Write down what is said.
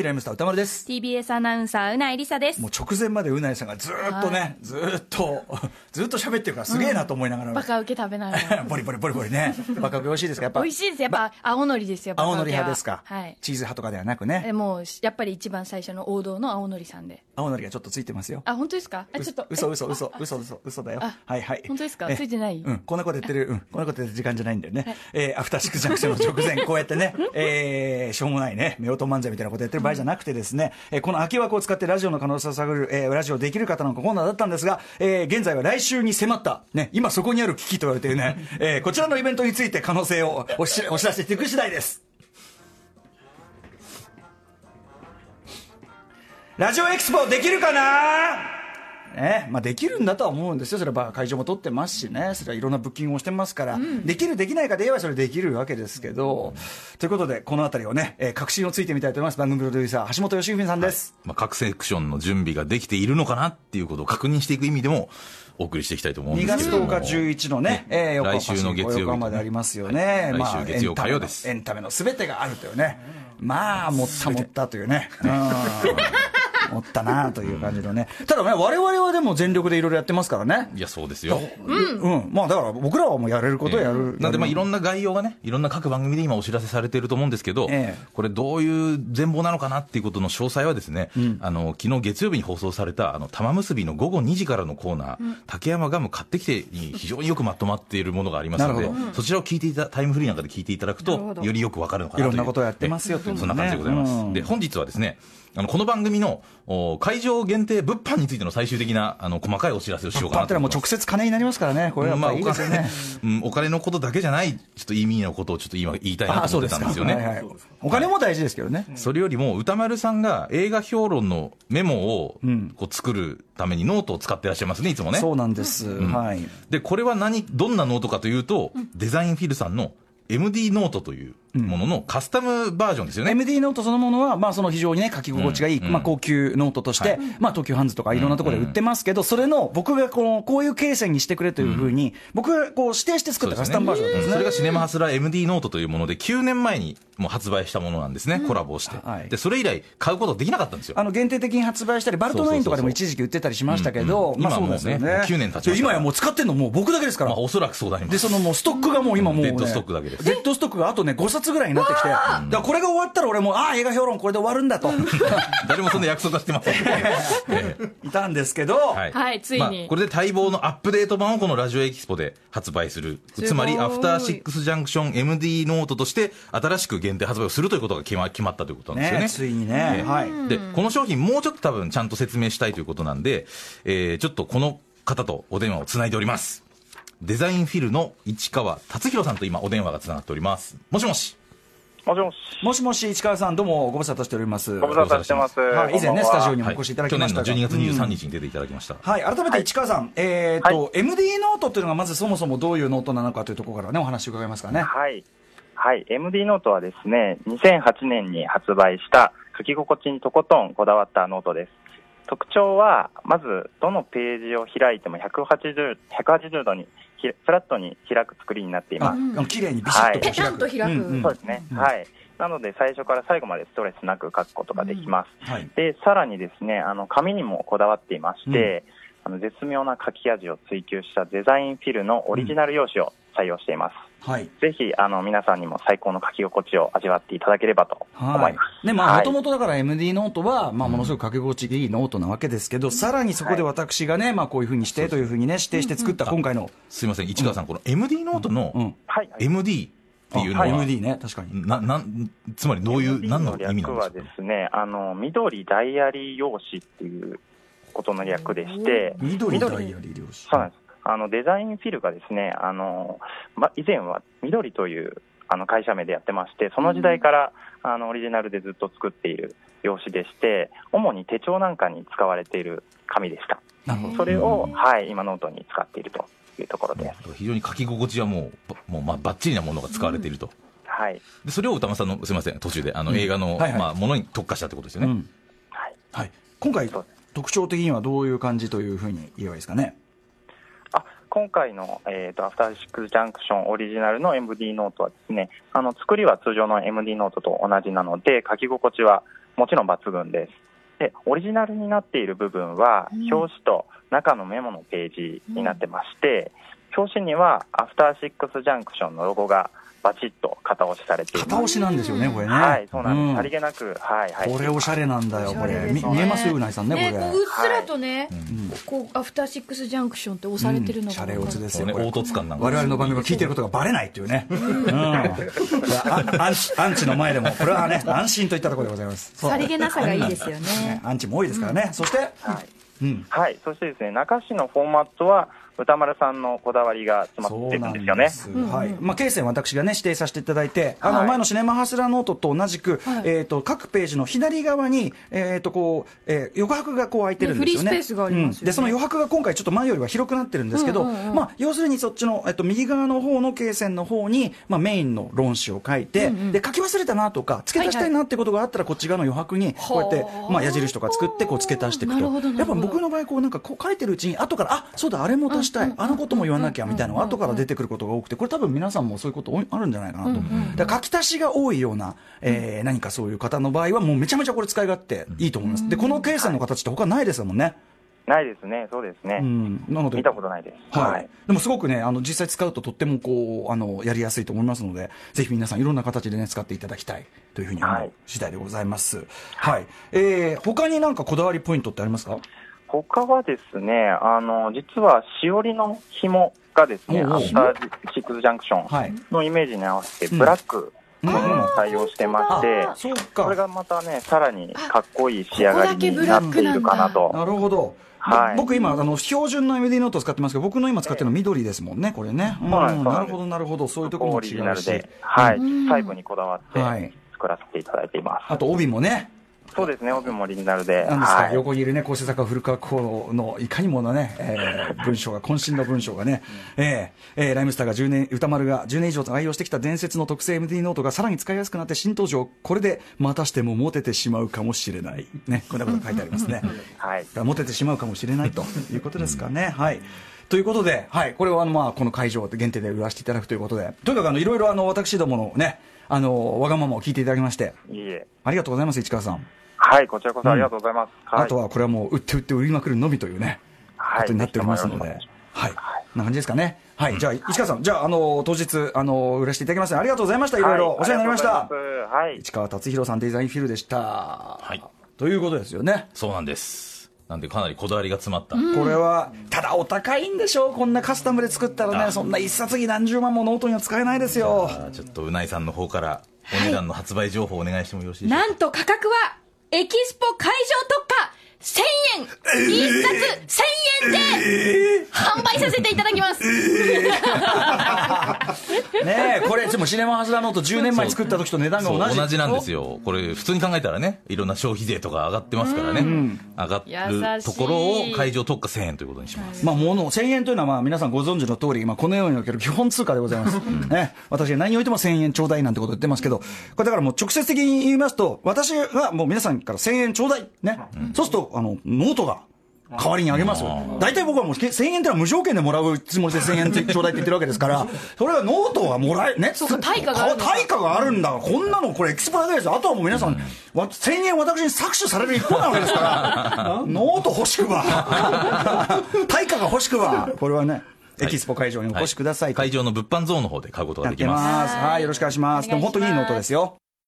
ライムスター歌丸です。 TBS アナウンサーうないりさです。 もう直前までうないさんがずーっとね、ずーっと喋ってるからすげえなと思いながら、 バカウケ食べながらボリボリボリボリね。バカウケ美味しいですか？やっぱ美味しいです。やっぱ青のりですよ。 青のり派ですか？ はい。 チーズ派とかではなくね。 もうやっぱり一番最初の王道の青のりさんで。 青のりがちょっとついてますよ。 あ、本当ですか？ちょっと嘘だよ。はいはい。 本当ですか？ついてない？ こんなこと言ってる時間じゃないんだよね。アフターシックスジャンクションの直前こうやってね、しょうもないね、夫婦漫才みたいなことやってる場合じゃなくてですね、この空き枠を使ってラジオの可能性を探る、ラジオできる方のコーナーだったんですが、現在は来週に迫ったね、今そこにある危機と言われているね、こちらのイベントについて可能性をお知らせしていく次第です。ラジオエキスポできるかなね、まあ、できるんだとは思うんですよ。それは会場も取ってますしね、それはいろんなブッキングをしてますから、できるできないかで言えばそれできるわけですけど、ということでこのあたりをね、確信をついてみたいと思います。番組プロデューサー橋本良文さんです。 はい、各セクションの準備ができているのかなっていうことを確認していく意味でもお送りしていきたいと思うんですけれども、 2月10日11のね、 来週の月曜日、 横浜でありますよね。 来週月曜火曜です。 エンタメのすべてがあるというね、まあもったというね、持ったなという感じのね。ただね、我々はでも全力でいろいろやってますからね。 いや、そうですよ。 まあだから僕らはもうやれることをやる。 なんでいろんな概要がね、いろんな各番組で今お知らせされていると思うんですけど、これどういう全貌なのかなっていうことの詳細はですね、昨日月曜日に放送された玉結びの午後2時からのコーナー、竹山ガム買ってきてに非常によくまとまっているものがありますので、そちらを聞いてタイムフリーなんかで聞いていただくとよりよくわかるのかなという。 いろんなことをやってますよという、 そんな感じでございます。で、本日はですね、この番組の会場限定物販についての最終的な細かいお知らせをしようかなと思います。 もう直接金になりますからね、これはやっぱいいですよね。 お金のことだけじゃないちょっと意味のことをちょっと今言いたいなと思ってたんですよね。 お金も大事ですけどね。 それよりも歌丸さんが映画評論のメモをこう作るためにノートを使ってらっしゃいますね、いつもね。 そうなんです。はい。 でこれはどんなノートかというと、デザインフィルさんのMD ノートというもののカスタムバージョンですよね。 MD ノートそのものは、まあ、その非常にね、書き心地がいい、高級ノートとして、まあ、東急ハンズとかいろんなところで売ってますけど、それの僕がこういう経線にしてくれというふうに、僕がこう指定して作ったカスタムバージョンですね。 それがシネマハスラー MD ノートというもので、9年前にもう発売したものなんですね、コラボをして。で、それ以来買うことできなかったんですよ。 限定的に発売したり、バルトナインとかでも一時期売ってたりしましたけど、 今もうね、9年経ちました。 今やもう使ってるのもう僕だけですから。 おそらくそうなります。 で、そのもうストックがもう今もう、 デッドストックだけです。 デッドストックがあとね、5冊ぐらいになってきて、だからこれが終わったら俺も映画評論これで終わるんだと誰もそんな約束はしてませんいたんですけど、 はい、ついに、 これで待望のアップデート版をこのラジオエキスポで発売する。つまりアフターシックスジャンクション MD ノートとして新しく限定発売をするということが決まったということなんですよね。 ついにね、 でこの商品もうちょっと多分ちゃんと説明したいということなんで、ちょっとこの方とお電話をつないでおります。デザインフィルの市川達弘さんと今お電話がつながっております。もしもし。 もしもし、市川さん、どうもご無沙汰しております。 ご無沙汰してます。 以前ね、スタジオにもお越しいただきましたが、 去年の12月23日に出ていただきました。 はい、改めて市川さん、MD ノートっていうのがまずそもそもどういうノートなのかというところからね、お話を伺いますかね。 はい。MD ノートはですね、2008年に発売した書き心地にとことんこだわったノートです。特徴は、まず、どのページを開いても180度に、フラットに開く作りになっています。 綺麗にビシッとペタンと開く。 そうですね。はい。なので、最初から最後までストレスなく書くことができます。で、さらにですね、紙にもこだわっていまして、絶妙な書き味を追求したデザインフィルのオリジナル用紙を採用しています。ぜひ皆さんにも最高の書き心地を味わっていただければと思います。 ね、もともとだから MD ノートは、ものすごく書き心地がいいノートなわけですけど、さらにそこで私がね、こういうふうにしてというふうにね、指定して作った今回の。 すいません、市川さん、この MD ノートの MD っていうのは、 MD ね、確かに。 つまりどういう、何の意味なんですか？ はですね、緑ダイアリー用紙っていうことの略でして、 緑ダイアリー用紙。 そうなんです。デザインフィルがですね、以前は緑という会社名でやってまして、その時代からオリジナルでずっと作っている用紙でして、主に手帳なんかに使われている紙でした。それを、今ノートに使っているというところです。 非常に書き心地はもうバッチリなものが使われていると。でそれを歌丸さんの、すみません、途中で映画のものに特化したってことですよね。 今回特徴的にはどういう感じというふうに言えばいいですかね。 今回の、アフターシックスジャンクションオリジナルの MD ノートはですね、作りは通常の MD ノートと同じなので、書き心地はもちろん抜群です。で、オリジナルになっている部分は、表紙と中のメモのページになってまして、表紙にはアフターシックスジャンクションのロゴがバチッと型押しされています。 型押しなんですよね、これね。 はい、そうなんです。さりげなく、 これおしゃれなんだよ、これ。見えますよ、うないさんね、これ。 うっすらとね、こうアフターシックスジャンクションって押されてるのが。 シャレオツですよね。 凹凸感なんか。 我々の番組が聞いてることがバレないっていうね。アンチの前でも、これはね、安心といったところでございます。 さりげなさがいいですよね。 アンチも多いですからね。そして、 はい、そしてですね、中紙のフォーマットは歌丸さんのこだわりが詰まってるんですよね。 はい、まあ、経線私がね指定させていただいて、前のシネマハスラーノートと同じく、各ページの左側にこう、余白がこう空いてるんですよね。 フリースペースがありますよね。 でその余白が今回ちょっと前よりは広くなってるんですけど、まあ要するにそっちの右側の方の経線の方にまあメインの論旨を書いて、で書き忘れたなとか付け足したいなってことがあったらこっち側の余白にこうやってまあ矢印とか作ってこう付け足していくと、やっぱ僕の場合こうなんかこう書いてるうちに後からそうだあれも足したい、あのことも言わなきゃみたいなのが後から出てくることが多くて、これ多分皆さんもそういうことあるんじゃないかなと。だから書き足しが多いような、何かそういう方の場合はもうめちゃめちゃこれ使い勝手いいと思います。でこの経線の形って他ないですもんね。 ないですね、そうですね。 なので見たことないです。 はい。でもすごくね、実際使うととってもこうやりやすいと思いますので、ぜひ皆さんいろんな形でね使っていただきたいというふうに思う次第でございます。はい。他になんかこだわりポイントってありますか？ 他はですね、実はしおりの紐がですね、アフターシックスジャンクションのイメージに合わせてブラックのものを採用してまして、これがまたね、さらにかっこいい仕上がりになっているかなと。 なるほど。僕今標準の MD ノートを使ってますけど、僕の今使ってるの緑ですもんね、これね。なるほどなるほど、そういうところも違うし、 オリジナルで、細部にこだわって作らせていただいています。 あと帯もね。 そうですね、帯もオリジナルで。 なんですか、横にいるね、構成作家古川公のいかにもなね、文章が、渾身の文章がね、ライムスターが歌丸が10年以上愛用してきた伝説の特製 MD ノートがさらに使いやすくなって新登場、これでまたしてもモテてしまうかもしれない。ね、こんなことが書いてありますね。モテてしまうかもしれないということですかね。はい。ということで、これをこの会場限定で売らせていただくということで、とにかくいろいろ私どものね、わがままを聞いていただきまして、ありがとうございます、市川さん。 はい、こちらこそありがとうございます。 あとはこれはもう売って売りまくるのみというね、ことになっておりますので、はい、こんな感じですかね。はい、じゃあ市川さん、じゃあ当日売らせていただきますのでありがとうございました。いろいろお世話になりました。市川達弘さんデザインフィルでした。はい。ということですよね。 そうなんです。なんでかなりこだわりが詰まった。 これはただお高いんでしょう。こんなカスタムで作ったらね、そんな一冊に何十万もノートには使えないですよ。 ちょっとうないさんの方からお値段の発売情報をお願いしてもよろしいでしょうか。 なんと価格はエキスポ会場特価1000円、一冊1000円で販売させていただきます。 ねえ、これでもシネマハスラーノート10年前作った時と値段が同じなんですよ。これ普通に考えたらね、いろんな消費税とか上がってますからね、上がるところを会場特価1000円ということにします。 1000円というのは皆さんご存知の通り、このようにおける基本通貨でございます。ね、私が何においても1000円ちょうだいなんてこと言ってますけど、これだからもう直接的に言いますと、私がもう皆さんから1000円ちょうだいね、そうするとノートが代わりにあげますよ。大体僕はもう1000円ってのは無条件でもらうつもりで1000円ちょうだいって言ってるわけですから、それはノートはもらえ、ね、 対価があるんだ。 こんなのこれエキスポだけですよ。あとはもう皆さん、1000円私に搾取される一方なわけですから、ノート欲しくば、対価が欲しくば、これはね、エキスポ会場にお越しください。 会場の物販ゾーンの方で買うことができます。 はい、よろしくお願いします。でも本当にいいノートですよ。